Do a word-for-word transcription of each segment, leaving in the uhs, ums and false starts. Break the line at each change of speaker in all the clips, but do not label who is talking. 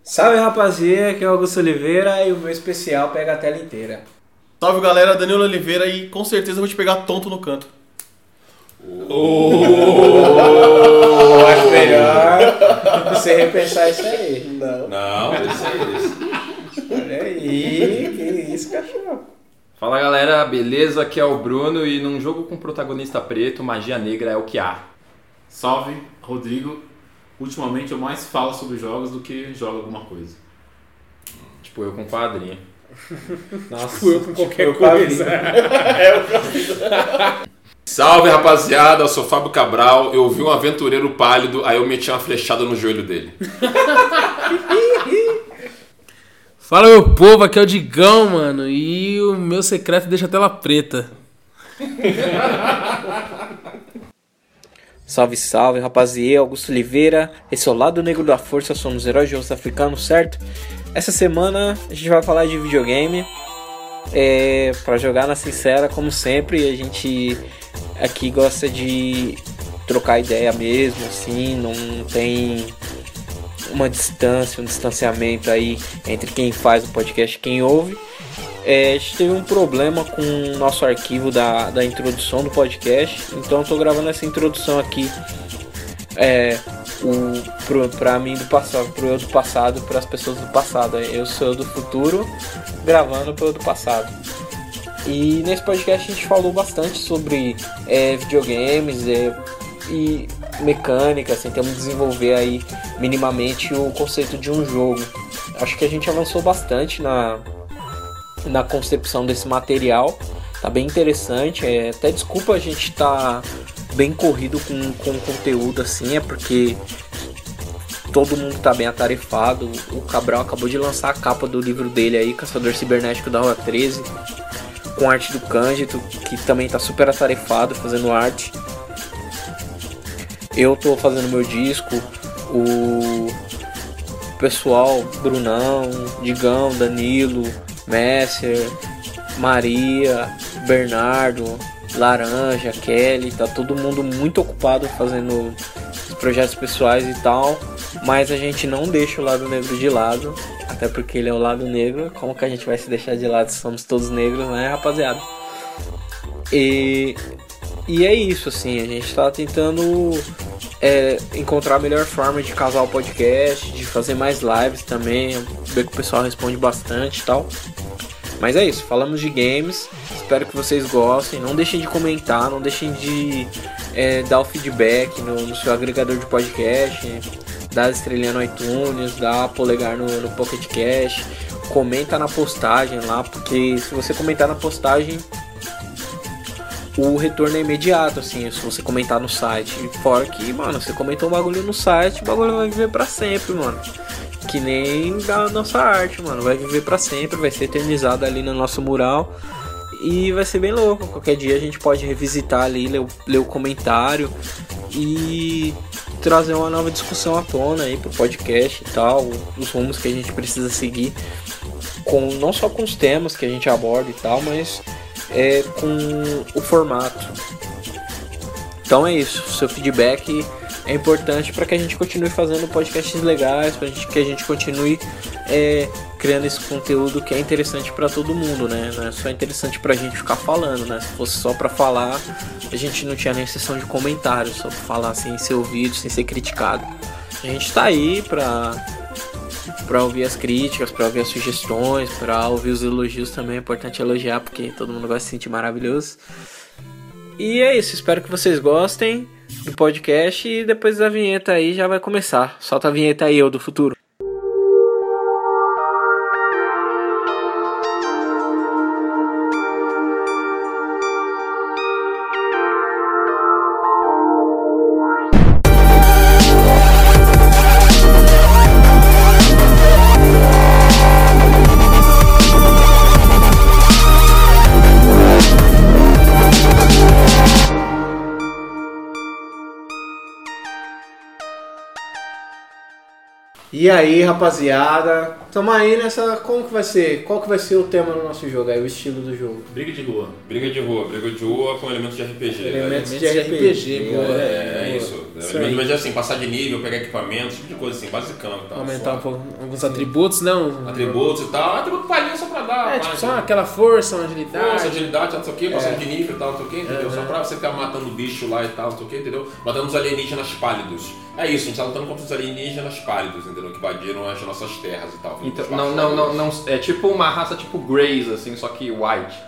Salve rapaziada, aqui é o Augusto Oliveira e o meu especial pega a tela inteira.
Salve galera, Danilo Oliveira e com certeza eu vou te pegar tonto no canto.
Oh, acho melhor você repensar isso aí.
Não.
Não, esse é esse.
Olha aí, que isso, cachorro.
Fala galera, beleza? Aqui é o Bruno e num jogo com protagonista preto, magia negra é o que há.
Salve, Rodrigo. Ultimamente eu mais falo sobre jogos do que jogo alguma coisa.
Tipo eu com quadrinho.
Nossa,
Tipo eu com qualquer
tipo eu
coisa.
É o que eu fiz.
Salve rapaziada, eu sou Fábio Cabral, eu vi um aventureiro pálido, aí eu meti uma flechada no joelho dele.
Fala meu povo, aqui é o Digão, mano, e o meu secreto deixa a tela preta.
Salve, salve, rapaziada, Augusto Oliveira. Esse é o Lado Negro da Força, somos heróis de osso africano, certo? Essa semana a gente vai falar de videogame. É, pra jogar na sincera, como sempre, a gente aqui gosta de trocar ideia mesmo, assim, não tem uma distância, um distanciamento aí entre quem faz o podcast e quem ouve. É, a gente teve um problema com o nosso arquivo da, da introdução do podcast, então eu tô gravando essa introdução aqui é, o, pro, pra mim do passado, pro eu do passado, para as pessoas do passado. Eu sou do futuro gravando pro eu do passado. E nesse podcast a gente falou bastante sobre é, videogames é, e mecânicas, tentamos desenvolver aí minimamente o conceito de um jogo. Acho que a gente avançou bastante na na concepção desse material, tá bem interessante, é, até desculpa a gente tá bem corrido com, com conteúdo assim, é porque todo mundo tá bem atarefado. O Cabral acabou de lançar a capa do livro dele aí, Caçador Cibernético da Rua treze, com arte do Cândido, que também tá super atarefado fazendo arte. Eu tô fazendo meu disco, o pessoal, Brunão, Digão, Danilo, Messer, Maria, Bernardo, Laranja, Kelly, tá todo mundo muito ocupado fazendo os projetos pessoais e tal, mas a gente não deixa o lado negro de lado, até porque ele é o lado negro. Como que a gente vai se deixar de lado se somos todos negros, né, rapaziada? E, e é isso, assim, a gente tá tentando é, encontrar a melhor forma de casar o podcast, de fazer mais lives também, ver que o pessoal responde bastante e tal. Mas é isso, falamos de games, espero que vocês gostem, não deixem de comentar, não deixem de é, dar o feedback no, no seu agregador de podcast, dar estrelinha no iTunes, dar polegar no, no Pocket Cast, comenta na postagem lá, porque se você comentar na postagem, o retorno é imediato, assim, se você comentar no site. Fora que, mano, você comentou um bagulho no site, o bagulho vai viver pra sempre, mano. Que nem da nossa arte, mano. Vai viver pra sempre, vai ser eternizado ali no nosso mural. E vai ser bem louco. Qualquer dia a gente pode revisitar ali, ler o, ler o comentário e trazer uma nova discussão à tona aí pro podcast e tal. Os rumos que a gente precisa seguir. Com, não só com os temas que a gente aborda e tal, mas é, com o formato. Então é isso. Seu feedback é importante para que a gente continue fazendo podcasts legais, para que a gente continue é, criando esse conteúdo que é interessante para todo mundo, né? Não é só interessante pra gente ficar falando, né? Se fosse só para falar, a gente não tinha nem sessão de comentários, só pra falar sem ser ouvido, sem ser criticado. A gente tá aí pra, pra ouvir as críticas, pra ouvir as sugestões, pra ouvir os elogios também. É importante elogiar, porque todo mundo vai se sentir maravilhoso. E é isso, espero que vocês gostem do podcast e depois da vinheta aí já vai começar. Solta a vinheta aí, eu do futuro. E aí, rapaziada, tamo aí nessa. Como que vai ser? Qual que vai ser o tema do nosso jogo aí, o estilo do jogo?
Briga de rua.
Briga de rua, briga de rua com elementos de R P G.
Elementos
velho.
de R P G,
boa.
É, é
boa.
isso.
Isso
Mas,
aí.
mas assim, passar de nível, pegar equipamento, esse tipo de coisa assim, basicão e tal.
Aumentar um
só.
pouco alguns atributos, não?
Atributos e tal. Atributo palhinha só pra dar.
É,
mais,
tipo, só
né?
aquela força, uma agilidade.
Força, agilidade, não sei o que, passando
É.
de nível e tal, não sei o que, entendeu? Só pra você ficar matando bicho lá e tal, não sei o que, entendeu? Matando os alienígenas pálidos. É isso, a gente tá lutando contra os alienígenas pálidos, entendeu? Que invadiram as nossas terras e tal.
Então,
Os
não, não, não, não, é tipo uma raça tipo Greys, assim, só que white.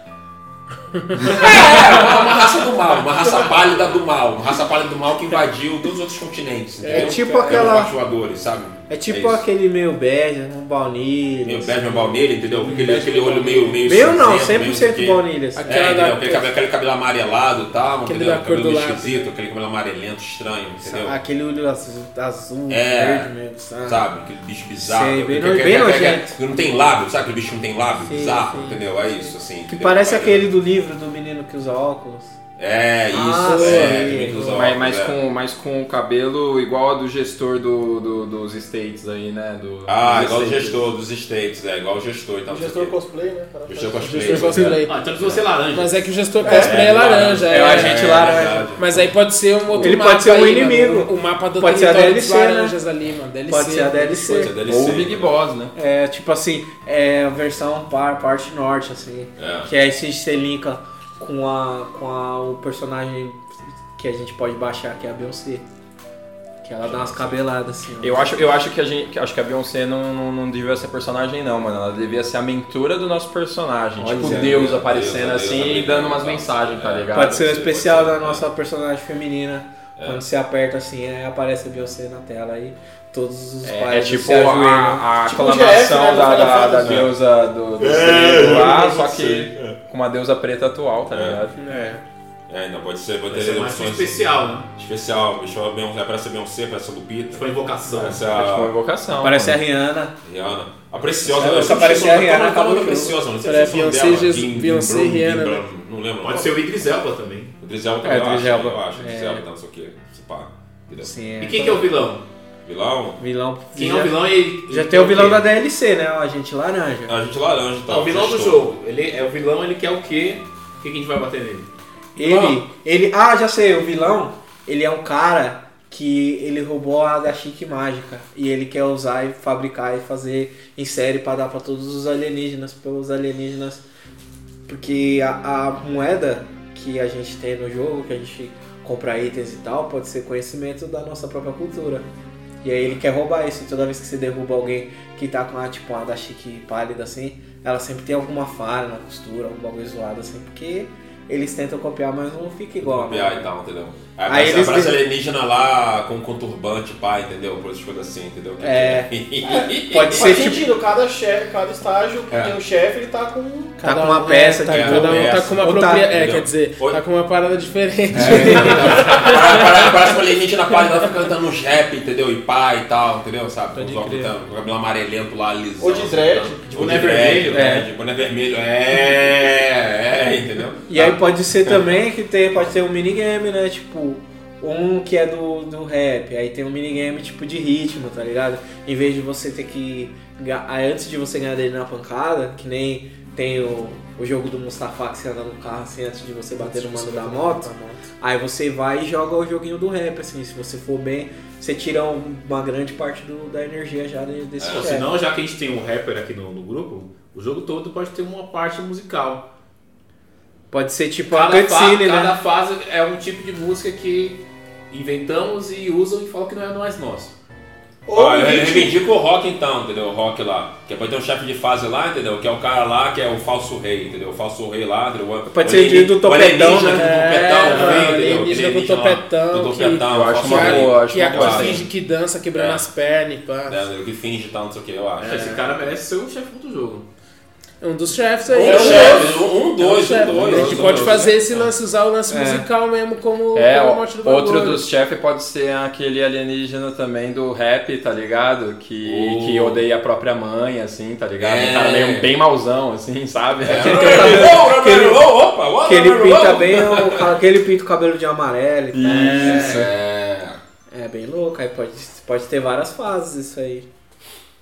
É, uma, uma raça do mal, uma raça pálida do mal, uma raça pálida do mal que invadiu todos os outros continentes, entendeu?
É tipo
Eram
aquela-
os voadores, sabe?
É tipo
isso.
aquele meio bege, um baunilha.
Meio bege, meio baunilha, entendeu? Aquele, aquele olho meio meio
Meu não,
cinzento,
cem por
meio
cento
isso aqui.
baunilhas.
É,
Aquela
entendeu?
da-
Aquele, cabelo, aquele cabelo amarelado e tal,
Aquele
entendeu?
da cor
Cabelo
do
meio
lápis.
esquisito, aquele cabelo amarelento, estranho, entendeu?
Aquele olho azul, azul
É.
verde mesmo, sabe?
Sabe? Aquele bicho bizarro.
Sei,
que-
bem
que-
no-
que-
bem
que- que-
nojento.
que não tem lábio, sabe? Aquele bicho que não tem lábio,
Sim,
bizarro,
sim.
entendeu? É isso, assim.
Que
entendeu?
parece
Vai-
aquele do livro do menino que usa óculos.
É, isso,
Ah,
é.
sim.
aquele que usa
Mas,
óculos,
mas,
é.
com, mas com o cabelo igual ao do gestor do, do- dos States aí, né? Do,
Ah,
dos
igual o
States.
gestor dos States, é, igual o gestor e tal.
O
não sei
gestor
o quê.
cosplay, né? Cara?
Gestor
Faz-
cosplay.
Gestor cosplay.
Ah, então eles vão ser laranja.
Mas é que o gestor cosplay é,
É,
laranja.
é o
É,
agente
é,
laranja.
verdade.
Mas aí pode ser um outro
Ele
mapa
pode ser um
aí,
inimigo.
mano. O mapa do
Pode ser a
território dos
D L C, né?
laranjas ali, mano. D L C.
Pode ser a D L C.
Pode ser D L C.
Ou o Big Boss, né?
É tipo assim, é a versão par, parte norte, assim.
É.
Que aí se você linka com, a, com a, o personagem que a gente pode baixar, que é a Beyoncé. Que ela dá umas cabeladas assim. ó.
Eu acho, eu acho que a gente, que- acho que a Beyoncé não, não, não devia ser personagem não, mano. Ela devia ser a mentora do nosso personagem.
Olha,
tipo
Deus,
Deus
Deus,
aparecendo
Deus
assim
também,
e dando umas
tá?
mensagens, tá
É.
ligado?
Pode ser o
pode ser,
especial
pode
da
ser,
nossa
é.
personagem feminina. Quando você aperta assim, aí aparece a Beyoncé na tela aí. Todos os
É,
pais
é tipo
se ajoelham.
a, a
Tipo o
aclamação
Jeff, né, do
da,
Final
da, da
Fantasy.
deusa do, do
É,
grego lá,
eu
só
sei,
que
é.
com uma deusa preta atual, tá
É.
ligado?
É.
É, não, pode ser, pode
Vai
ter
ser mais
opções
especial, né?
especial. Bicho, a Beyoncé, aparece a Beyoncé, aparece a Lupita.
Tipo a invocação.
Aparece
É tipo uma
a
invocação.
Aparece a
mano.
Rihanna.
Rihanna. A Preciosa.
É,
eu
só
sempre
aparecia
esqueço o
a Rihanna,
nome, qual é o nome
acabou
da
o
Preciosa, não sei
Era
se é o nome
Beyoncé,
dela.
Jesus-
Bim-
Beyoncé
Bim-
e Rihanna,
Bim-
né?
Não lembro.
Pode ser o Idris Elba também.
O Idris Elba
É,
também,
o
eu
Idris
acho.
Elba.
Eu acho. Idris
É.
Elba, tá, não sei o quê. Se pá. Entendeu?
Sim, é.
E quem que é o vilão?
Vilão?
vilão?
Quem
já,
é o vilão e ele...
Já
ele
tem o
quer
vilão
quê?
da D L C, né? O Agente Laranja.
A gente laranja e tal.
Não, o vilão do
gestor.
jogo. Ele é o vilão, ele quer o quê? O que que a gente vai bater nele?
Ele, ele, ah, já sei, o vilão, ele é um cara que ele roubou a da Chique Mágica e ele quer usar e fabricar e fazer em série para dar para todos os alienígenas, pelos alienígenas, porque a, a moeda que a gente tem no jogo, que a gente compra itens e tal, pode ser conhecimento da nossa própria cultura. E aí ele quer roubar isso, e toda vez que você derruba alguém que tá com a, tipo, uma da Chique pálida assim, ela sempre tem alguma falha na costura, algum bagulho zoado assim, porque eles tentam copiar, mas não fica igual.
Copiar
né?
e tal, entendeu?
Aí
Aí aparece,
eles
aparece
de-
alienígena lá com, com turbante, pá, entendeu? Por essas coisas assim, entendeu? Que-
É.
que-
Pode ser
Faz
tipo.
sentido, cada chefe, cada estágio que
É.
tem um chefe, ele tá com.
Tá com uma peça
tá,
de
cada um tá
peça.
com uma
Ou tá,
propria... É,
entendeu?
quer dizer,
Ou-
tá com uma parada diferente.
Parece parece um alienígena pálida lá fica cantando uns rap, entendeu? E pá e tal, entendeu? Sabe? Com os óculos cantando, com o cabelo amarelento lá, lisão.
Ou de dread,
assim,
de
Ou
boné
dread,
vermelho,
é,
né?
de boné vermelho. É, é, entendeu?
E aí pode ser também que tem, pode ter um minigame, né? Tipo, um que é do, do rap, aí tem um minigame tipo de ritmo, tá ligado? Em vez de você ter que. ga- aí antes de você ganhar dele na pancada, que nem tem o, o jogo do Mustafa que você anda no carro assim antes de você bater no mano da moto. Aí você vai e joga o joguinho do rap, assim, se você for bem, você tira um- uma grande parte do, da energia já de- desse
Ou
jogo.
senão, já que a gente tem um rapper aqui no, no grupo, o jogo todo pode ter uma parte musical.
Pode ser tipo a
Cada, fa
cutscene,
cada
né?
fase é um tipo de música que inventamos e usam e falam que não é mais nosso.
Ou
Ó, eu
ritmo.
reivindico o rock então, entendeu? O rock lá. Que pode ter um chefe de fase lá, entendeu? Que é o cara lá que é o falso rei, entendeu? O falso rei lá, entendeu? O-
Pode
o
ser
alienígena-
do
o
topetão,
alienígena
né?
do topetão,
É,
vem,
mano,
entendeu?
alienígena
Aquele
com
alienígena lá,
topetão,
do
que-
topetão,
eu acho
falso
uma
rei.
boa, acho
Que,
uma
que
boa.
finge que dança quebrando
É.
as pernas e pá.
né, que finge e tal, não sei o que, eu acho.
Esse cara merece ser o chefe do jogo.
Um dos chefes aí.
Um,
É o
chefe, um, um, dois, um,
chefe.
dois.
A gente
um,
pode
dois,
fazer
né?
esse lance, usar o lance
É.
musical mesmo como,
É,
como
ó,
mote do
outro
bagulho.
dos chefes pode ser aquele alienígena também do rap, tá ligado? Que,
Oh.
que odeia a própria mãe, assim, tá ligado?
É.
Um cara meio bem mauzão, assim, sabe?
É.
Aquele que tem o cabelo-
Que ele, opa, opa,
Que ele
opa,
pinta
opa.
bem, o, aquele pinta o cabelo de amarelo e tal.
Isso.
É.
É bem louco, aí pode, pode ter várias fases isso aí.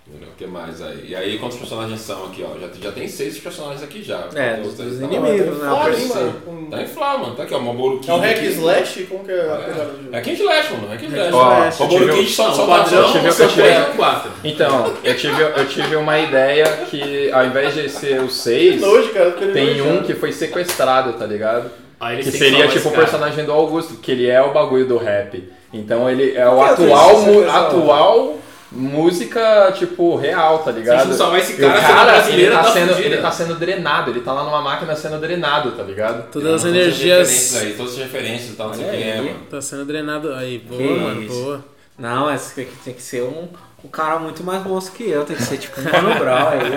Entendeu? O que mais aí? E aí, quantos personagens são aqui, ó? Já, já tem seis personagens aqui já.
É,
Então,
dos,
vocês
dos
estão-
inimigos, né?
Fala
A
aí,
pessoa-
mano.
Tá inflado, mano. Tá aqui, ó. Mamoru Kid.
É o hack
aqui.
slash? Como que é a pegada do jogo?
É Hack and Slash, mano. Hack and Slash.
Ó,
Ó,
eu
Mamoru
tive-
Kid só,
Não,
só
o padrão
só-
tive-
são
eu tive-
três ou quatro.
Então, eu tive, eu tive uma ideia que ao invés de ser o
Que
seis,
nojo, cara. porque ele
tem
não
um que foi sequestrado, tá ligado?
Aí eles
Que
têm
seria
falar
tipo o
esse cara.
personagem do Augusto, que ele é o bagulho do rap. Então ele é o
Por que
atual,
eu fiz
mu-
essa pessoa?
atual música, tipo, real, tá
Se a
ligado?
gente não salvar esse
E
cara,
o
a cena
cara, ele
brasileira
tá,
tá
sendo,
fudida.
ele tá sendo drenado, ele tá lá numa máquina sendo drenado, tá ligado?
Todas as
Todas referências
energias.
aí, todas as referências e tal, não sei
Olha
quem é,
aí.
mano.
Tá sendo drenado. Aí, boa,
Que
mano,
isso.
boa.
Não, esse aqui tem que ser um, um cara muito mais monstro que eu. Tem que ser tipo um Mano Brown aí,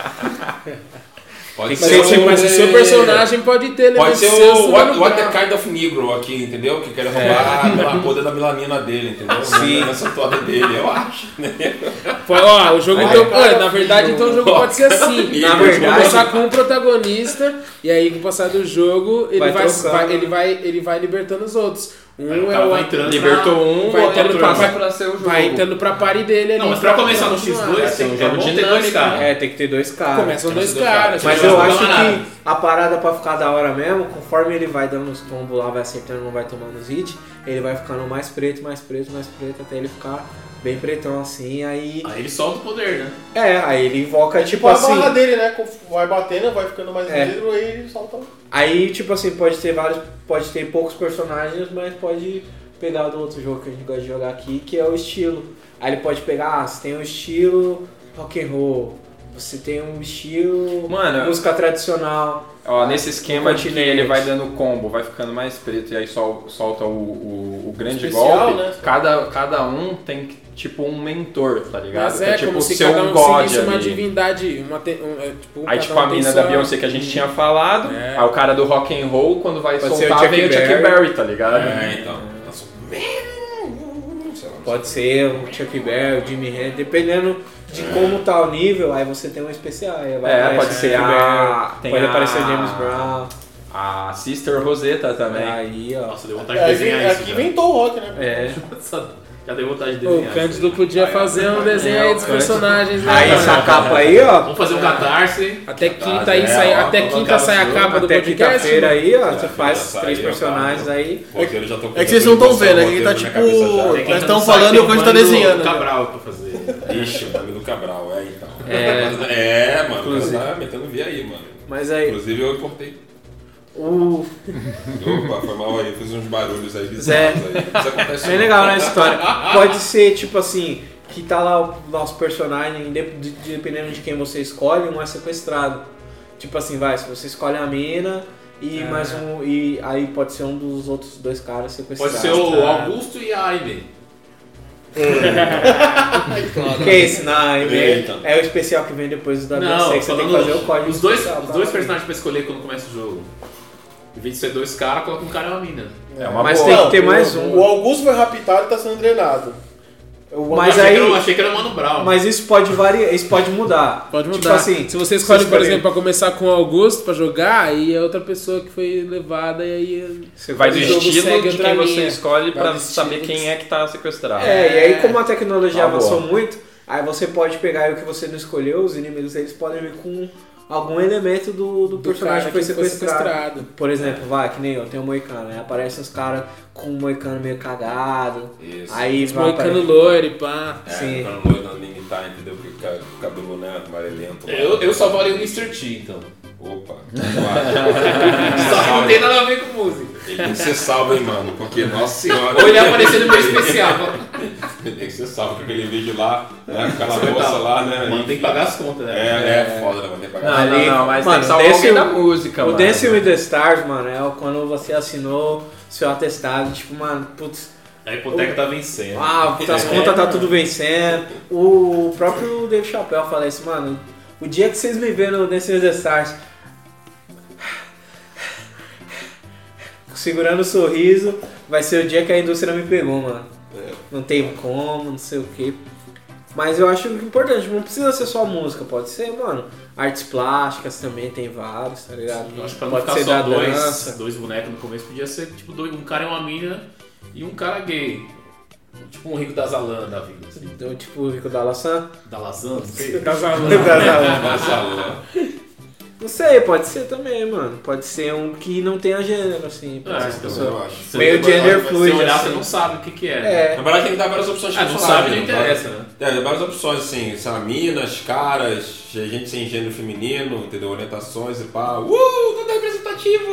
ó.
Pode
Mas, você- mas o seu personagem pode ter
Pode
elementos
ser
seus
o
do
what,
Mano
what the
Brown.
kind of negro aqui, entendeu? Que quer roubar a poder da melanina dele, entendeu?
Sim.
Nessa toada dele, eu acho. Né?
Foi, ó, o jogo
Aí,
então.
cara,
ó, na verdade, então o jogo pode ser assim.
Na
Vai
verdade-
começar com um protagonista, e aí com o passar do jogo, ele
Vai
vai,
trocando.
vai- ele vai, ele vai libertando os outros. Um
Aí o
é
cara
o
vai entrando
Libertou
pra-
um,
vai
vai
entrando pra-
vai pra ser o jogo.
vai entrando pra party dele ali.
Não, mas pra começar no
continuar.
X dois,
Vai ser um
tem- é
jogo
bom ter
dinâmico,
dois caras.
É, tem que ter dois caras.
Começam dois
dois
caras.
caras.
Mas
Tipo,
eu
não
acho
dá nada.
que a parada pra ficar da hora mesmo, conforme ele vai dando os combos lá, vai acertando, não vai tomando os hits, ele vai ficando mais preto, mais preto, mais preto, até ele ficar bem pretão assim, aí...
Aí ele solta o poder, né?
É, aí ele invoca, tipo
Tipo a
assim...
barra dele, né? Vai batendo, vai ficando mais
É.
negro, aí ele solta.
Aí, tipo assim, pode ter vários... Pode ter poucos personagens, mas pode pegar do outro jogo que a gente gosta de jogar aqui, que é o estilo. Aí ele pode pegar, ah, você tem o estilo rock and roll, você tem um estilo
Mano,
música tradicional.
Ó, nesse esquema de que
continente.
ele vai dando combo, vai ficando mais preto e aí sol- solta o, o, o grande
Especial,
golpe,
né?
cada, cada um tem tipo um mentor, tá ligado?
Mas
Que
é,
tipo
como
o
se
seu
cada um
God
seguisse uma
ali.
divindade. Uma te, um, é, tipo,
Aí
cada
tipo a
um tem
mina
sua-
da Beyoncé que a gente tinha falado,
É.
aí o cara do rock and roll, quando vai
Pode ser
soltar,
o
vem o
Chuck
Chuck
Berry.
Berry, tá ligado?
É, então. Nossa, sei lá.
Pode ser o Chuck Berry, o Jimi Hendrix, dependendo de como tá o nível, aí você tem um especial. Aí vai
É,
aparecer
pode
o
ser
Chuck
a-
Berry,
tem
pode
a-
aparecer o James Brown.
A Sister Rosetta também.
Aí, ó.
Nossa, deu vontade
É,
de
aqui,
desenhar isso.
aqui
cara.
inventou o rock, né?
É.
Já deu vontade de
O
desenhar.
Cândido podia fazer um desenho aí dos personagens. né,
Aí
mano?
essa capa aí, ó.
Vamos fazer um catarse.
Até quinta
Ah,
aí
é,
sai,
ó,
até
vamos
quinta
colocar
sai a
no
capa do
Até
podcast.
quinta-feira aí, ó.
Já
Você
já
faz
saiu,
três
tá,
personagens
né?
aí.
O roteiro já tô
É que vocês não estão vendo, é que tá tipo. Nós estamos falando e o Cândido tá desenhando. né?
Cabral pra fazer.
Ixi, o nome do Cabral, é então.
É.
É, mano, o
Inclusive.
cara tá metendo V aí, mano.
Mas aí,
Inclusive eu cortei.
o.
Opa, foi mal aí, eu fiz uns barulhos aí
Zé.
bizarros aí. Isso acontece
Bem legal, né, a história. Pode ser, tipo assim, que tá lá o nosso personagem, indep- de- dependendo de quem você escolhe, um é sequestrado. Tipo assim, vai, se você escolhe a mina e mais um. E aí pode ser um dos outros dois caras
Pode
sequestrados.
ser o Augusto e a Aime.
Que é esse? Não, ele é,
Eita.
é o especial que vem depois da
Não,
Beyoncé, que você tem que fazer o código
os dois,
especial,
os
tá?
dois personagens pra escolher quando começa o jogo. Em vez de ser dois caras, coloca um cara e uma mina.
É uma
Mas
boa.
tem que ter
Não,
mais
o-
um.
O Augusto foi raptado e tá sendo drenado. O-
Mas
achei,
aí-
que era, achei que era o Mano Brown.
Mas isso pode variar, isso pode mudar.
Pode mudar.
Tipo assim,
se você escolhe, por
escolhe-
exemplo, pra começar com o Augusto pra jogar, aí é outra pessoa que foi levada e aí.
você
Vai do
faz o
jogo
estilo
segue
de
outra
quem você
linha.
escolhe
Vai
pra
do
saber
estilo.
quem é que tá sequestrado.
É, e aí como a tecnologia
Tá
avançou
boa.
muito, aí você pode pegar aí o que você não escolheu, os inimigos eles podem vir com algum elemento do, do
Do
personagem
cara
que foi
que foi
sequestrado.
sequestrado.
Por exemplo, vai, que nem eu, tenho um moicano, aí aparecem uns caras com um moicano meio cagado,
Isso.
aí vai
Moicano
aparecer-
loiro e pá.
É,
Sim.
ficando doido na linha tá, entendeu? Porque o ca- o cabelo, né, amarelento. lá.
Eu, eu salvaria o mister T, então.
Opa.
Só que não tem nada a ver com música.
Ele tem que ser salvo, hein, mano? Porque, nossa senhora.
Ou ele aparecer no meu especial.
Ele tem que ser salvo com aquele vídeo lá, né? Aquela
Você
moça
tá-
lá, né?
Mano, tem que pagar as contas, né?
É, é foda, né? Mano, tem que pagar.
Não,
Ali-
não, não, mas
mano,
tem que salvar
Dance-
alguém da música,
O
mano.
Dancing with the Stars, mano, é quando você assinou seu atestado, tipo, mano, putz,
A hipoteca tá vencendo.
ah, as contas tá tudo vencendo. O próprio Dave Chappelle fala isso, mano, o dia que vocês me verem no Dancing with the Stars, segurando o sorriso, vai ser o dia que a indústria me pegou, mano. Não tem como, não sei o que. Mas eu acho importante, não precisa ser só música, pode ser, mano, artes plásticas também, tem vários, tá ligado?
Eu acho que pra não
Pode
ficar
ser
só
da
dois,
dança.
dois bonecos no começo, podia ser tipo dois, um cara e uma mina e um cara gay. Tipo um Rico das Alana da vida, assim.
Então, tipo o Rico da Laçã.
Da Laçã, não sei.
Casalã. Não sei, pode ser também, mano. Pode ser um que não tenha gênero, assim. Pode
Ah,
ser
então
pessoa-
Eu acho.
Meio gender
Se
fluid,
você olhar,
assim.
você não sabe o que que é.
É.
Na verdade, tem que dar várias opções de
Ah, não
personagem,
sabe, não
né?
interessa, né?
É, várias opções, assim, sei lá, minas, caras, gente sem gênero feminino, entendeu? Orientações e pá. Uh, tudo representativo!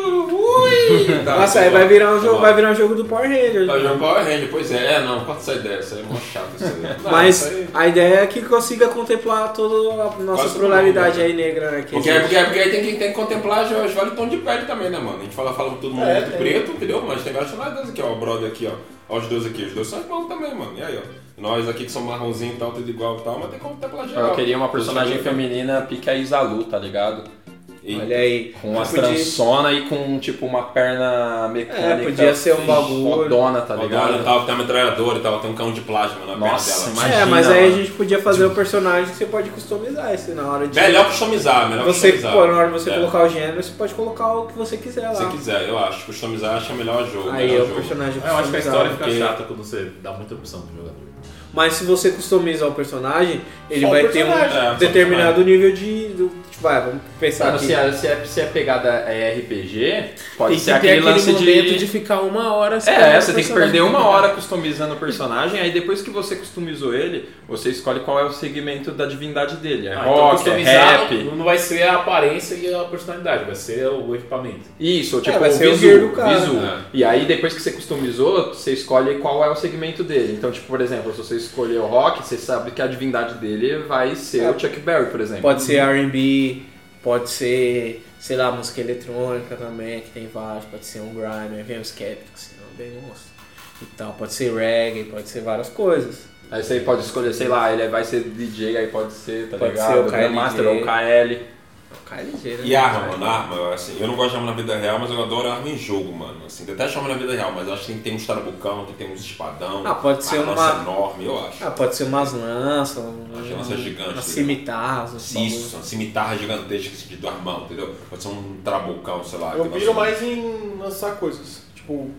Ui! Tá,
Nossa, aí
tá
vai
bom,
virar um
tá
jogo,
bom.
vai virar um jogo do Power Ranger.
Vai jogar Power Ranger, pois é. É, não, corta essa ideia, isso aí é mó chato isso aí. Não,
Mas
isso aí-
a ideia é que consiga contemplar toda a nossa
Quase todo
pluralidade
mundo, né?
aí negra, né? Que
Porque,
existe.
porque, porque aí tem que, tem que contemplar os os vários tons de pele também, né, mano? A gente fala, fala todo mundo
É,
muito
tem.
preto, entendeu? Mas tem várias tonalidades aqui, ó. O brother aqui, ó. Ó, os dois aqui. Os dois são irmãos também, mano. E aí, ó. Nós aqui que somos marronzinho e tal, tudo igual e tal, mas tem que contemplar geral.
Eu queria uma personagem
Todos
feminina pique a Isalu, tá ligado?
E-
Olha aí.
Com as
Podia-
transona e com tipo uma perna mecânica.
É, podia ser um bagulho.
fodona, tá
Tá
ligado?
ligado? Tal, tem uma metralhadora e tal, tem um cão de plasma na
Nossa,
perna dela.
imagina.
É, mas aí a
mano.
gente podia fazer o personagem que você pode customizar esse na hora de.
Melhor customizar, melhor
Você,
customizar.
pô, na hora de você
É.
colocar o gênero, você pode colocar o que você quiser lá.
Se quiser, eu acho. Customizar acho que é melhor jogo.
Aí
melhor
é o
jogo.
personagem
Eu acho que a
customizado.
história fica
porque-
chata quando você dá muita opção pro jogador.
Mas se você customizar o personagem, ele
Só o
vai ter um
personagem.
É, só o
determinado nível de. Do, tipo, vai, vamos pensar
Mano,
aqui.
se a, se, a, se a pegada é R P G, pode
Tem
ser
que ter
aquele
aquele
lance
momento
de...
de... ficar uma hora
É,
escolhendo
você
o
tem que
personagem.
perder uma hora customizando o personagem, aí depois que você customizou ele, você escolhe qual é o segmento da divindade dele. É
Ah, então
rock, é
customizar
rap.
não, não vai ser a aparência e a personalidade, vai ser o equipamento.
Isso, tipo,
vai
o
ser o
visu,
gear do cara.
visu.
É.
E aí depois que você customizou, você escolhe qual é o segmento dele. Então, tipo, por exemplo, se você escolher o rock, você sabe que a divindade dele vai ser
É.
o Chuck Berry, por exemplo.
Pode ser R and B, pode ser, sei lá, música eletrônica também, que tem vários, pode ser um grime, vem um skeptic, assim, ó, bem monstro. E tal, pode ser reggae, pode ser várias coisas.
Aí você pode escolher, sei lá, ele vai ser D J, aí pode ser, tá
Pode
ligado?
ser o K L J.
Master ou K L.
O K L G, né?
E arma, mano, arma, assim, eu não gosto de arma na vida real, mas eu adoro arma em jogo, mano. Assim, detesto arma na vida real, mas eu acho que tem, tem uns tarabucão, que tem uns espadão.
Ah, pode ser
uma
uma-
lança enorme, eu acho.
Ah, pode ser umas lanças, um,
Acho que lança gigante,
umas
né?
cimitarras, uns
Isso, uma cimitarra gigantesca assim, de armão, entendeu? Pode ser um trabucão, sei lá.
Eu
que
piro
lança-
mais em lançar coisas. Tipo,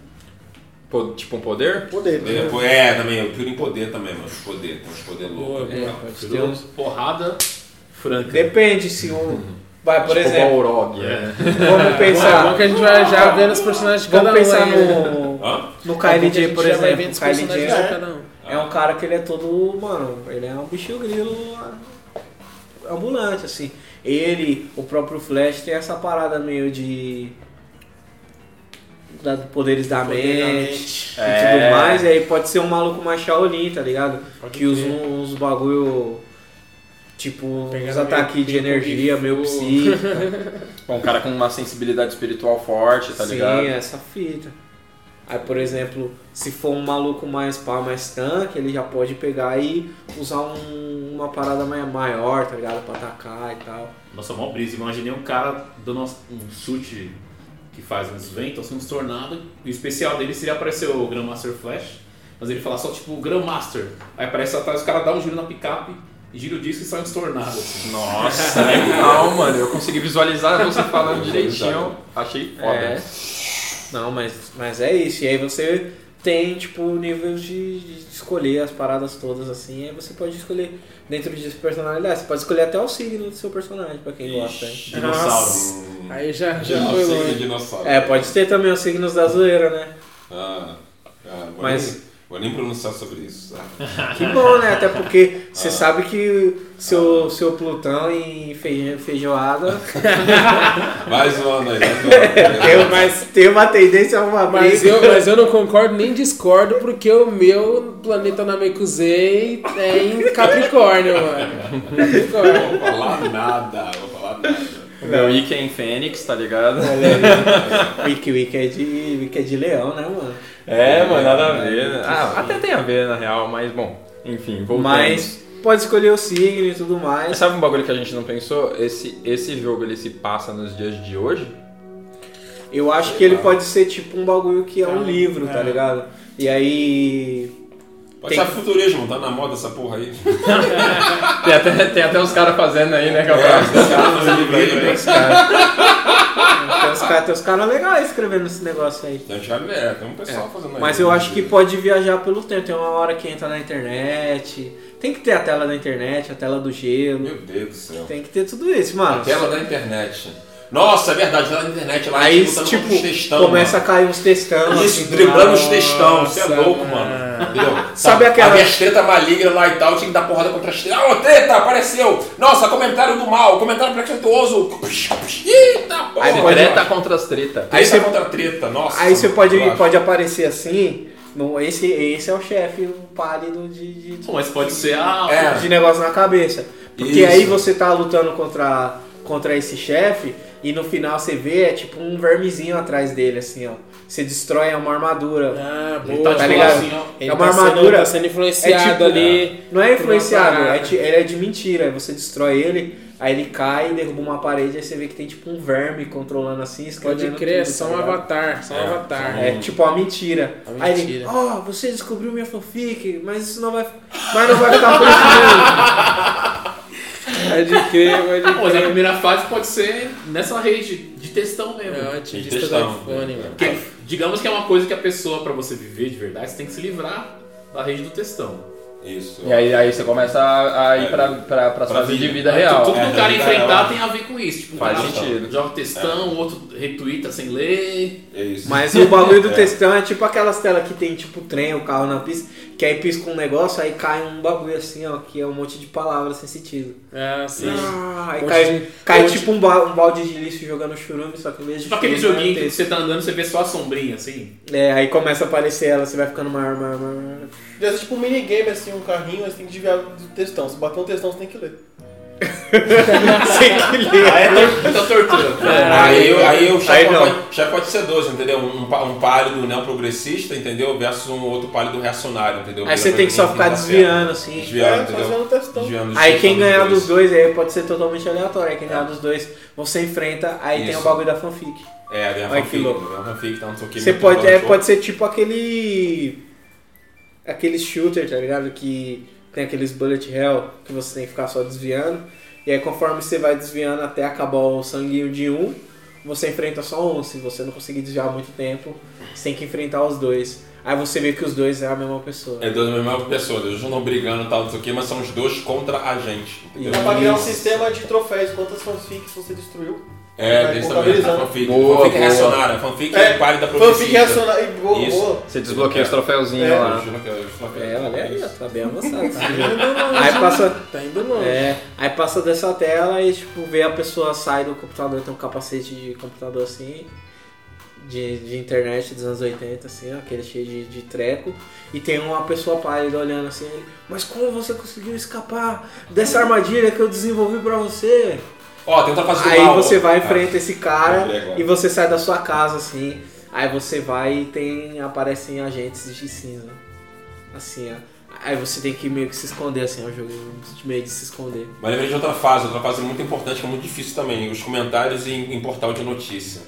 Po- Tipo um poder?
poder. né?
É, é, também, eu piro em poder também, mano. Poder, tem uns poder loucos.
É,
legal.
pode ter
Tirou
uns...
porrada franca.
Depende se um... Vai, por
tipo
exemplo,
o Balrog, né?
vamos
É bom
pensar...
que a gente vai já vendo os personagens de cada
Vamos
um.
pensar
aí, né?
no,
Hã?
no
É bom
K L
que a
J,
gente
por
já vai
exemplo.
vendo
O
os
K L J
personagens de
é,
cada um.
é um cara que ele é todo... Mano, ele é um bicho grilo ambulante, assim. Ele, o próprio Flash, tem essa parada meio de... Da, poderes da
Poder da
mente e
É.
tudo mais. E aí pode ser um maluco mais Shaolin, tá ligado?
Pode
que usa
crer.
uns bagulho... Tipo,
Pegando
uns
meio
ataques de
ping-pong
energia,
de
meio
fogo.
psíquica.
Um cara com uma sensibilidade espiritual forte, tá
Sim,
ligado?
essa fita. Aí, por exemplo, se for um maluco mais pá, mais tanque, ele já pode pegar e usar um- uma parada mai- maior, tá ligado? Pra atacar e tal.
Nossa, mó brisa. Imaginei um cara dando uns- um chute que faz uns ventos, assim, uns tornados. E o especial dele seria aparecer o Grandmaster Flash, mas ele falar só tipo Grandmaster. Aí aparece atrás, os caras dão um giro na picape, gira o disco e sai uns tornados. Assim.
Nossa, legal, mano. Eu consegui visualizar você falando direitinho. Achei foda.
É. Não, mas, mas é isso. E aí você tem, tipo, níveis de, de escolher as paradas todas assim. E aí você pode escolher dentro disso personalidade. Você pode escolher até o signo do seu personagem, pra quem gosta. Hein?
Dinossauro.
Aí já, já
Não,
foi
sim,
longe.
dinossauro.
É, pode ter também os signos da zoeira, né?
Ah, ah, vou
Mas-
nem, vou nem pronunciar sobre isso. Tá?
Que bom, né? Até porque você sabe que seu, seu Plutão em feijão, feijoada
Vai zoando aí, vai zoando.
tem, mas tem uma tendência a uma
Mas
briga.
eu, mas eu não concordo nem discordo, porque o meu planeta Namekusei é em Capricórnio, mano. Capricórnio.
Não vou falar nada, vou falar nada.
O meu Ike é em Fênix, tá ligado?
Wiki Wiki é de, Wiki é de leão, né, mano?
É, mano, nada a ver. Né? Ah, até tem a ver, na real, mas bom, enfim, voltando.
Mas pode escolher o signo e tudo mais.
Mas sabe um bagulho que a gente não pensou? Esse, esse jogo, ele se passa nos dias de hoje?
Eu acho que ele pode ser tipo um bagulho que é um livro, tá
É.
ligado? E aí...
Pode
Tem-
ser futurismo, tá na moda essa porra aí.
Tem até, tem até os caras fazendo aí, né,
É,
capaz?
esse cara faz livro aí, né?
Tem os caras tem os caras legais escrevendo esse negócio aí.
Tem, é, tem um pessoal fazendo aí.
Mas eu acho que pode viajar pelo tempo. Tem uma hora que entra na internet. Tem que ter a tela da internet, a tela do gelo.
Meu Deus do céu.
Tem que ter tudo isso, mano.
A tela da internet. Nossa, é verdade, lá na internet, lá
aí,
lutando
tipo,
contra os textão,
começa
mano.
a cair uns textão.
Isso,
assim,
driblando os
Nossa,
textão, você é louco,
mano.
mano. Entendeu?
Sabe aquela-
Havia as treta maligna lá e tal, tinha que dar porrada contra as treta. Ô, treta, apareceu! Nossa, comentário do mal, comentário preconceituoso. Eita, porra!
Aí pode-
Treta contra as treta.
Aí você
você-
contra treta, nossa.
Aí você pode,
relaxa.
pode aparecer assim. No, esse, esse é o chefe, o pálido de, de, de,
Pô, mas pode ser a.
É.
de negócio na cabeça. Porque
Isso.
aí você tá lutando contra, contra esse chefe e no final você vê é tipo um vermezinho atrás dele, assim, ó. Você destrói uma armadura.
Ah,
Ele
boa.
tá,
tá
tipo,
ligado?
assim, ó.
Ele
É uma
tá sendo-
armadura-
tá sendo influenciado
é tipo-
ali.
Não é influenciado,
Uma
é,
parada.
ti- ele é de mentira. Aí você destrói ele, aí ele cai, derruba uma parede, aí você vê que tem tipo um verme controlando assim,
Pode
escrevendo
crer, é
tudo,
só
tá
um
ligado?
avatar, só um
É,
avatar.
É tipo uma mentira.
Uma
Aí ele,
mentira.
ó, você descobriu minha fanfic, mas isso não vai. Mas não vai ficar por isso mesmo.
Pode crer, pode
Pô, mas a
crer.
primeira fase pode ser nessa rede de textão mesmo.
É o
Tem
ativista do
textão.
iPhone, mano.
Porque, digamos que é uma coisa que a pessoa, pra você viver de verdade, você tem que se livrar da rede do textão.
Isso.
E aí, aí você começa a, a ir
É.
pra, pra, pra
Pra
fase
vida.
de vida
Aí,
real.
tudo que
É,
o cara
é,
enfrentar
é.
tem a ver com isso. Tipo, um
Faz
cara
sentido.
joga textão, o outro retweeta sem ler.
É isso.
Mas o bagulho do
É.
textão é tipo aquelas telas que tem tipo trem, o carro na pista, que aí pisca um negócio, aí cai um bagulho assim, ó, que é um monte de palavras sem sentido.
É, assim.
Ah, aí
Monte
cai,
de-
cai
monte-
tipo um, ba- um balde de lixo jogando churume, só que em vez de
Tipo aquele
churume,
joguinho
é
que
texto.
você tá andando, você vê só a sombrinha, assim.
É, aí começa a aparecer ela, você vai ficando maior, maior, maior.
Deve ser tipo um minigame, assim, um carrinho, aí você tem que desviar do textão. Se bater um textão, você tem que ler.
Sem que ler.
Aí é tor- muita tortura.
Aí, eu- aí o
Aí
chefe
não.
pode, chefe pode ser dois, entendeu? Um, pá- um pálido neoprogressista, entendeu? Versus um outro pálido reacionário, entendeu?
Aí você tem que só ficar desviando, assim.
Desviando,
É,
entendeu?
fazendo textão.
Desviando os
Aí quem
textões
ganhar
dois.
dos dois, aí pode ser totalmente aleatório. Aí quem ganhar dos dois, você enfrenta, aí tem
Isso.
o bagulho da fanfic.
É, ganha
Olha que
fanfic,
louco.
ganha fanfic, tá, não sei o que.
Você
muito
pode, é,
bom,
pode ser tipo aquele. Aquele shooter, tá ligado? Que tem aqueles bullet hell que você tem que ficar só desviando. E aí conforme você vai desviando até acabar o sanguinho de um, você enfrenta só um. Se você não conseguir desviar muito tempo, você tem que enfrentar os dois. Aí você vê que os dois é a mesma pessoa.
É dois da mesma pessoa, eles não estão brigando e tal, não sei o que, mas são os dois contra a gente, entendeu?
Dá pra criar um
Isso.
sistema de troféus, quantas fanfics você destruiu.
É,
Vai
desse também,
contabilizando.
fanfic.
Boa,
fanfic
boa.
reacionária, fanfic
É,
é, pálida
Fanfic
progressista.
reacionar e boa,
Isso.
boa.
Você desbloqueia os troféuzinhos
É.
lá.
É, olha aí, ó, tá bem avançado. Aí passa,
Tá indo longe.
é, aí passa dessa tela e tipo, vê a pessoa sai do computador, tem um capacete de computador assim, de, de internet dos anos oitenta, assim, ó, aquele cheio de, de treco, e tem uma pessoa pálida olhando assim, ele, mas como você conseguiu escapar dessa armadilha que eu desenvolvi pra você?
Ó, tem outra fase do
Aí
mal.
você vai,
Ah,
enfrenta esse cara
lembrei agora.
e você sai da sua casa assim. Aí você vai e tem. Aparecem agentes de cinza. Assim, ó. Aí você tem que meio que se esconder, assim, é um jogo de meio de se esconder.
Mas lembrei de outra fase, outra fase muito importante, que é muito difícil também, os comentários em, em portal de notícia.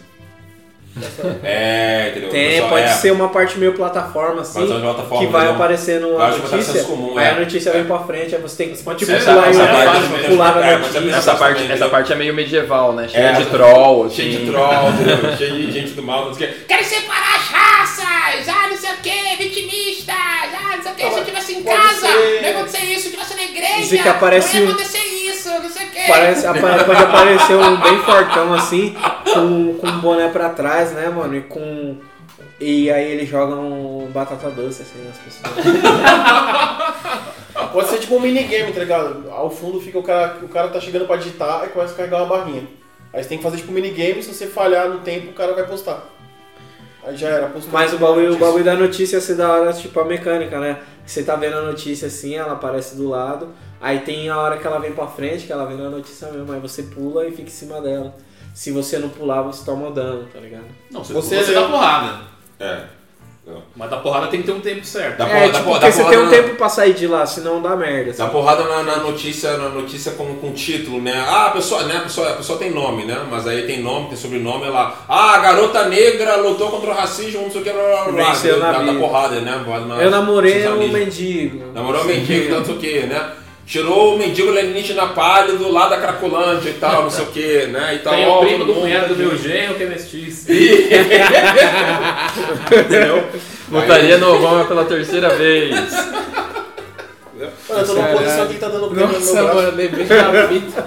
É, entendeu?
Tem,
Pessoal,
pode
é,
ser uma parte meio plataforma, assim,
Pode ser uma plataforma,
que vai
entendeu?
aparecendo
Eu
a
acho que vai
notícia,
ser comum,
aí
é.
a notícia vem pra frente, aí você tem que
Pode
tipo,
ser
pular,
essa-
em-
essa
pular,
parte
mesmo.
pular na
É, pode ser
notícia.
Essa parte,
também,
essa
entendeu?
parte é meio medieval, né? Cheia
É,
de troll, assim.
Cheio de troll, entendeu? Cheio de gente do mal, não sei o que.
Quero separar as raças! Ah, não sei o que, vitimistas! Ah, não sei o que, se eu tivesse em
Pode
casa,
ser.
não ia acontecer isso, se eu tivesse na igreja,
Dizer que aparece
não ia
um-
acontecer isso, não sei o que.
Parece, apa- pode aparecer um bem fortão assim, com, com um boné pra trás, né, mano? E com. E aí eles jogam batata doce assim nas pessoas.
Pode ser tipo um minigame, tá ligado? Ao fundo fica o cara, o cara tá chegando pra digitar e começa a carregar uma barrinha. Aí você tem que fazer tipo um minigame, se você falhar no tempo, o cara vai postar. Aí já era, postou.
Mas o bagulho, o bagulho da notícia ia ser da hora, tipo a mecânica, né? Você tá vendo a notícia assim, ela aparece do lado, aí tem a hora que ela vem pra frente, que ela vem na notícia mesmo, aí você pula e fica em cima dela. Se você não pular, você toma dano, tá ligado?
Não, você,
Você
você
leu.
dá porrada.
É.
Mas da porrada tem que ter um tempo certo.
Dá
É,
porra- dá
tipo,
porra-
porque
dá
você
porrada
tem um
na-
tempo pra sair de lá, senão dá merda.
Dá
Assim.
porrada na, na notícia, na notícia com, com título, né? Ah, a pessoa, né? A pessoa, a pessoa tem nome, né? Mas aí tem nome, tem sobrenome, é lá. Ah, a garota negra lutou contra o racismo, não sei o que, blá blá blá.
Venceu na
Dá, dá
vida.
porrada, né? Na-
Eu namorei
seus
um
amigos.
mendigo.
Namorou um mendigo, não sei o que, né? tirou o mendigo alienígena pálido lá da Cracolândia e tal, não sei o que, né? E tal,
Tem
ó,
o primo
todo
do
mundo
cunhado do
aqui.
meu genro que é mestiço.
Entendeu?
Montaria novão pela terceira vez.
Mano, eu tô numa
Caralho.
posição que ele tá dando câmera no
Nossa,
meu braço.
mano, lembrei da fita.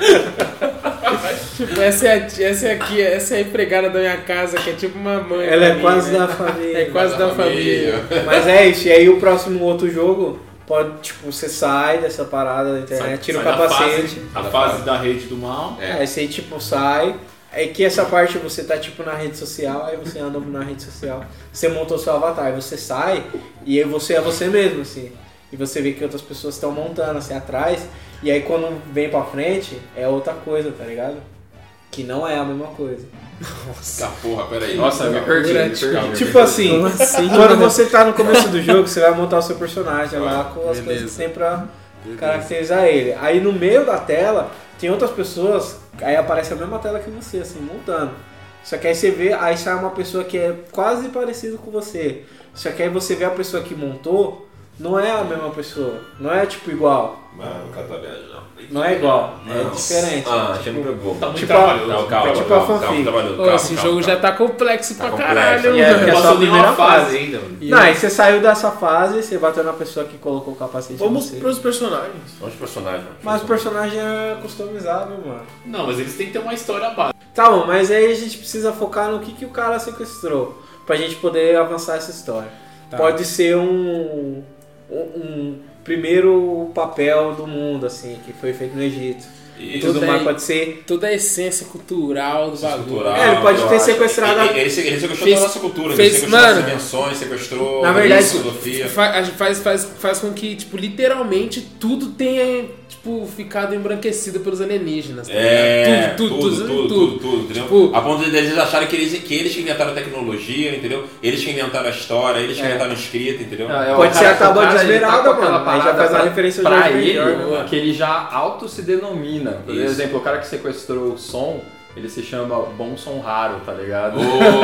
Tipo, essa é, a- essa é aqui, essa é a empregada da minha casa, que é tipo uma mãe.
Ela
pra
é
mim,
quase
né?
da família.
É quase da família.
Mas é isso, e aí o próximo outro jogo pode, tipo, você sai dessa parada da internet, tira o
Sai da
capacete.
fase- A fase da rede do mal.
É.
Aí você tipo sai. É que essa parte você tá tipo na rede social, aí você anda na rede social, você montou seu avatar, aí você sai e aí você é você mesmo, assim. E você vê que outras pessoas estão montando assim atrás, e aí quando vem pra frente é outra coisa, tá ligado? Que não é a mesma coisa.
Tá, porra, peraí.
Nossa, eu me perdi, me perdi. me
Tipo
perdi.
assim,
Como assim,
quando
mano?
você tá no começo do jogo, você vai montar o seu personagem lá com as
Beleza.
coisas que tem pra caracterizar ele. Aí no meio da tela tem outras pessoas, aí aparece a mesma tela que você, assim, montando. Só que aí você vê, aí sai uma pessoa que é quase parecida com você. Só que aí você vê a pessoa que montou, não é a mesma pessoa, não é tipo igual.
Mano, o cara tá viajando.
Não é igual, é diferente.
Ah, achei muito bom.
Tá muito
Tipo,
trabalhoso.
Calma, calma,
É tipo
calma,
a
calma,
fanfic.
trabalhoso,
Ô,
calma,
esse
calma,
jogo
calma.
já tá complexo
Tá
pra
complexo.
caralho,
E é,
mano.
porque
Não
é só a
passou nenhuma
primeira
fase
fase.
ainda, mano.
Não, aí você saiu dessa fase, você bateu na pessoa que colocou o capacete em
Vamos
você.
pros personagens.
Vamos de personagem.
Mas o personagem é customizável, mano.
Não, mas eles têm que ter uma história básica.
Tá bom, mas aí a gente precisa focar no que, que o cara sequestrou, pra gente poder avançar essa história.
Tá.
Pode ser um, um, um primeiro papel do mundo, assim, que foi feito no Egito. E
Isso.
tudo
Tudo
mais
aí.
pode ser...
Toda a essência cultural do bagulho.
Cultural,
É, ele pode
eu
ter
acho.
sequestrado a-
Ele, ele, ele sequestrou
Fez-
da nossa cultura,
fez-
ele sequestrou
mano,
as dimensões, sequestrou
na verdade,
a filosofia.
Faz, faz, faz, faz com que, tipo, literalmente tudo tenha, tipo, ficado embranquecido pelos alienígenas. Tá
É,
ligado? tudo, tudo,
tudo, tudo, tudo, entendeu?
Tipo-
a ponto de eles acharem que eles, que eles que inventaram a tecnologia, entendeu? Eles que inventaram a história, eles que
É.
inventaram a escrita, entendeu?
É, é, o
Pode ser
cara-
a tábua
o cara,
de
ele tá
esmeralda,
com aquela
mano. Aí já
parada
faz a
pra-
referência ao
pra
Jorge
ele,
Benjor, né?
que ele já auto se denomina. Por
Isso.
exemplo, o cara que sequestrou o som, ele se chama Bom Som Raro, tá ligado?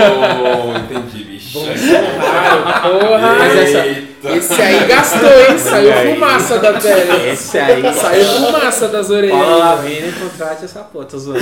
Oh, entendi, bicho.
Claro, porra!
Mas essa-
Eita.
Esse aí gastou, hein? Saiu fumaça da pele.
Esse aí...
Saiu fumaça das orelhas.
Paula
aí,
Lavigne, contrate essa porra, tô zoando.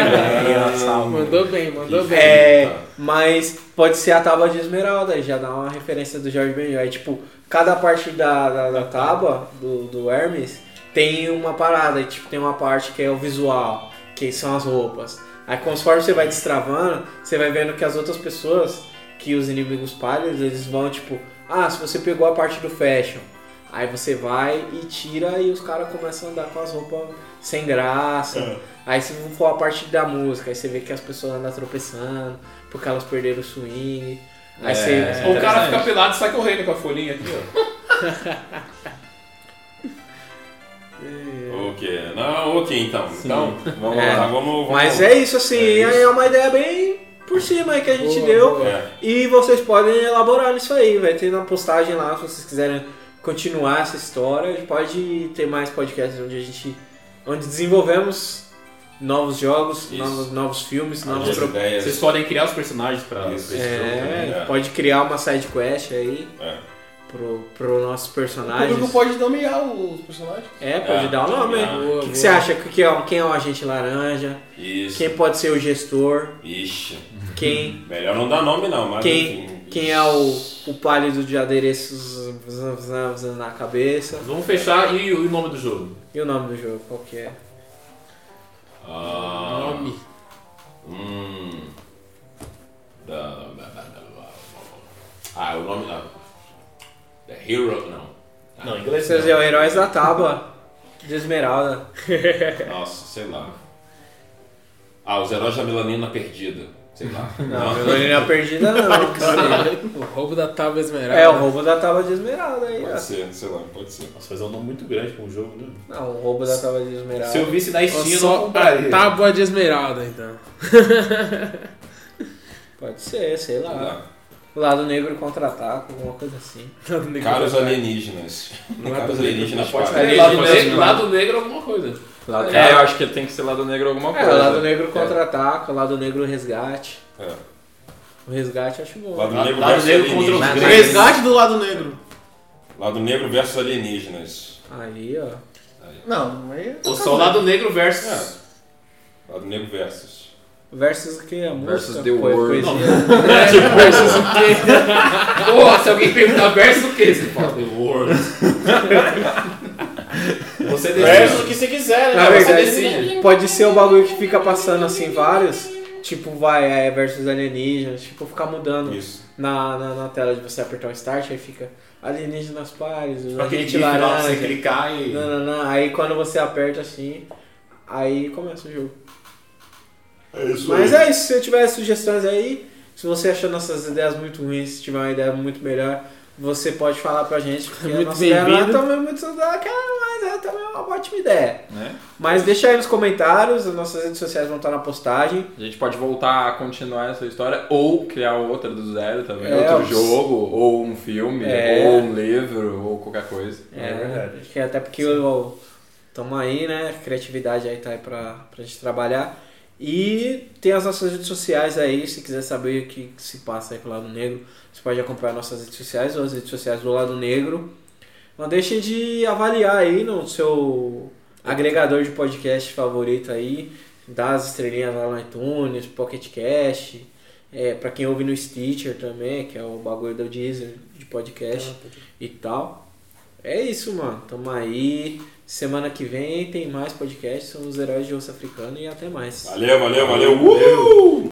É, ela salva.
Mandou bem, mandou bem.
É, mas pode ser a tábua de esmeralda, já dá uma referência do Jorge Benjor. Aí, tipo, cada parte da, da, da tábua, do, do Hermes, tem uma parada. Aí, tipo, tem uma parte que é o visual, que são as roupas. Aí, conforme você vai destravando, você vai vendo que as outras pessoas, que os inimigos pálidos, eles vão, tipo... Ah, se você pegou a parte do fashion, aí você vai e tira e os caras começam a andar com as roupas sem graça.
É.
Aí se for a parte da música, aí você vê que as pessoas andam tropeçando, porque elas perderam o swing. Aí
É,
você...
Ou o cara
interessante.
fica pelado e sai correndo com a folhinha aqui, ó.
Ok, não, ok então. Então, vamos
É.
lá, vamos, vamos.
Mas é isso assim,
É
aí
isso.
é uma ideia bem por cima aí que a gente
Boa,
deu.
boa.
É.
E vocês podem elaborar nisso aí, vai ter na postagem lá, se vocês quiserem continuar essa história. A gente pode ter mais podcasts onde a gente... onde desenvolvemos novos jogos,
Isso.
novos, novos filmes, novos
Novas
pro...
ideias.
Vocês podem criar os personagens pra, pra
Isso.
esse jogo também.
É,
é.
pode criar uma side quest aí
É.
pro, pro nossos
O
personagens.
público pode nomear os personagens.
É, pode
É,
dar o nome.
nomear.
O que, que você acha? Que é, quem é o agente laranja?
Isso.
Quem pode ser o gestor?
Ixi.
Quem,
Melhor não dar nome não, mas
quem,
enfim.
quem é o, o pálido de adereços na cabeça?
Vamos fechar e o nome do jogo?
E o nome do jogo, qual que é?
Ah,
Nome.
Hum. Da, da, da, da, da- ah, o nome. Ah, The Hero. Não.
Não, em inglês
Vocês
não.
são heróis da tábua de esmeralda.
Nossa, sei lá. Ah, os heróis da melanina perdida. Sei lá.
Não, melanina perdida não.
O roubo da tábua esmeralda.
É, o roubo da tábua de esmeralda aí, ó.
Pode ser, sei lá, pode ser.
Nossa, fazer um nome muito grande pra um jogo, né?
Não, o roubo da tábua de
Se eu
esmeralda.
visse na
Ou
Steam, eu não
só
compraria.
a tábua de esmeralda, então.
Pode ser, sei
Sei
lá.
lá.
O lado negro contra-ataca, alguma coisa assim.
Caros alienígenas. Caros alienígenas
Pode
para.
ser lado negro, lado negro alguma coisa.
Lado-
É.
é, eu acho que tem que ser lado negro alguma
É,
coisa.
o lado negro contra-ataca, o lado negro resgate.
É.
O resgate eu acho bom.
Lado
Lado
negro
lado
versus
negro contra os
alienígenas.
gregos.
Resgate do lado negro.
Lado negro versus alienígenas.
Aí, ó.
Não, aí...
Ou só o lado negro versus...
É. Lado Negro versus.
Versus o que? A música?
Versus The
po-
World.
poesia.
É, versus o quê?
Porra, se alguém perguntar versus o que? Você fala The World. Você
Versus o
decide.
que você quiser, né?
Na
Você
verdade,
decide.
pode ser o bagulho que fica passando assim vários, tipo vai, é versus alienígenas, tipo ficar mudando
Isso.
na, na, na tela de você apertar o start, aí fica alienígenas pares,
Tipo aquele
gente
gif lá pra você
laranja,
clicar e...
não, não, não. Aí quando você aperta assim, aí começa o jogo.
É isso
Mas é isso, se tiver sugestões aí, se você achou nossas ideias muito ruins, se tiver uma ideia muito melhor, você pode falar pra gente, porque
Muito
a nossa ideia não é
bem-vindo.
também muito daquela, mas é também uma ótima ideia.
Né?
Mas deixa aí nos comentários, as nossas redes sociais vão estar na postagem.
A gente pode voltar a continuar essa história ou criar outra do zero também.
É,
outro
os-
jogo, ou um filme,
É.
ou um livro, ou qualquer coisa.
É, verdade. Acho que até porque eu, tamo aí, né? A criatividade aí tá aí pra, pra gente trabalhar. E tem as nossas redes sociais aí, se quiser saber o que se passa aí com o Lado Negro, você pode acompanhar nossas redes sociais ou as redes sociais do Lado Negro. Não deixem de avaliar aí no seu agregador de podcast favorito aí, dar as estrelinhas lá no iTunes, Pocket Cast, é, pra quem ouve no Stitcher também, que é o bagulho do Deezer de podcast e tal. É isso, mano. Tamo aí. Semana que vem tem mais podcast. Somos os heróis de osso africano e até mais.
Valeu, valeu, valeu. Uh!